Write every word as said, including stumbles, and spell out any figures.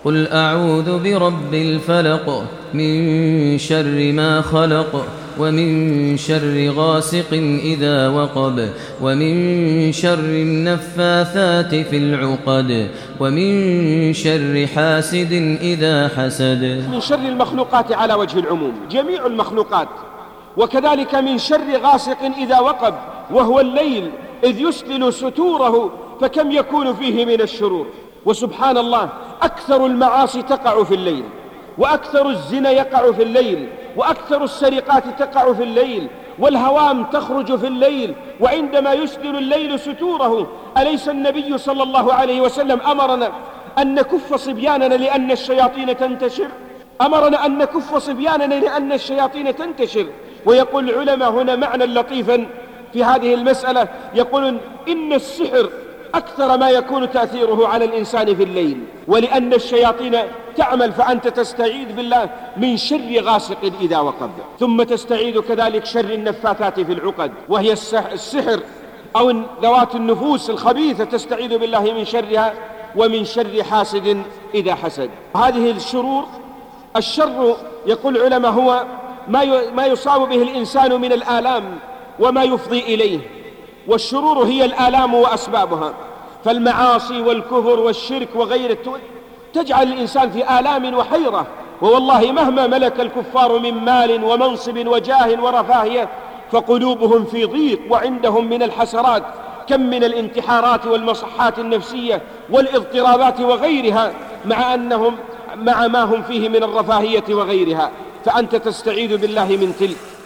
قل أعوذ برب الفلق من شر ما خلق ومن شر غاسق إذا وقب ومن شر النفاثات في العقد ومن شر حاسد إذا حسد. من شر المخلوقات على وجه العموم، جميع المخلوقات، وكذلك من شر غاسق إذا وقب وهو الليل إذ يسدل ستوره فكم يكون فيه من الشرور. وسبحان الله، أكثر المعاصي تقع في الليل، وأكثر الزنا يقع في الليل، وأكثر السرقات تقع في الليل، والهوام تخرج في الليل، وعندما يسدل الليل ستوره أليس النبي صلى الله عليه وسلم أمرنا أن نكف صبياننا لأن الشياطين تنتشر؟ أمرنا أن نكف صبياننا لأن الشياطين تنتشر. ويقول العلماء هنا معنى لطيفا في هذه المسألة، يقولون إن السحر أكثر ما يكون تأثيره على الإنسان في الليل، ولأن الشياطين تعمل فأنت تستعيذ بالله من شر غاسق إذا وقب، ثم تستعيذ كذلك شر النفاثات في العقد وهي السحر أو ذوات النفوس الخبيثة، تستعيذ بالله من شرها، ومن شر حاسد إذا حسد. هذه الشرور، الشر يقول العلماء هو ما يصاب به الإنسان من الآلام وما يفضي إليه، والشرور هي الآلام وأسبابها، فالمعاصي والكفر والشرك وغيره تجعل الإنسان في آلام وحيرة. ووالله مهما ملك الكفار من مال ومنصب وجاه ورفاهية فقلوبهم في ضيق، وعندهم من الحسرات كم من الانتحارات والمصحات النفسية والاضطرابات وغيرها، مع أنهم مع ما هم فيه من الرفاهية وغيرها. فأنت تستعيذ بالله من تلك.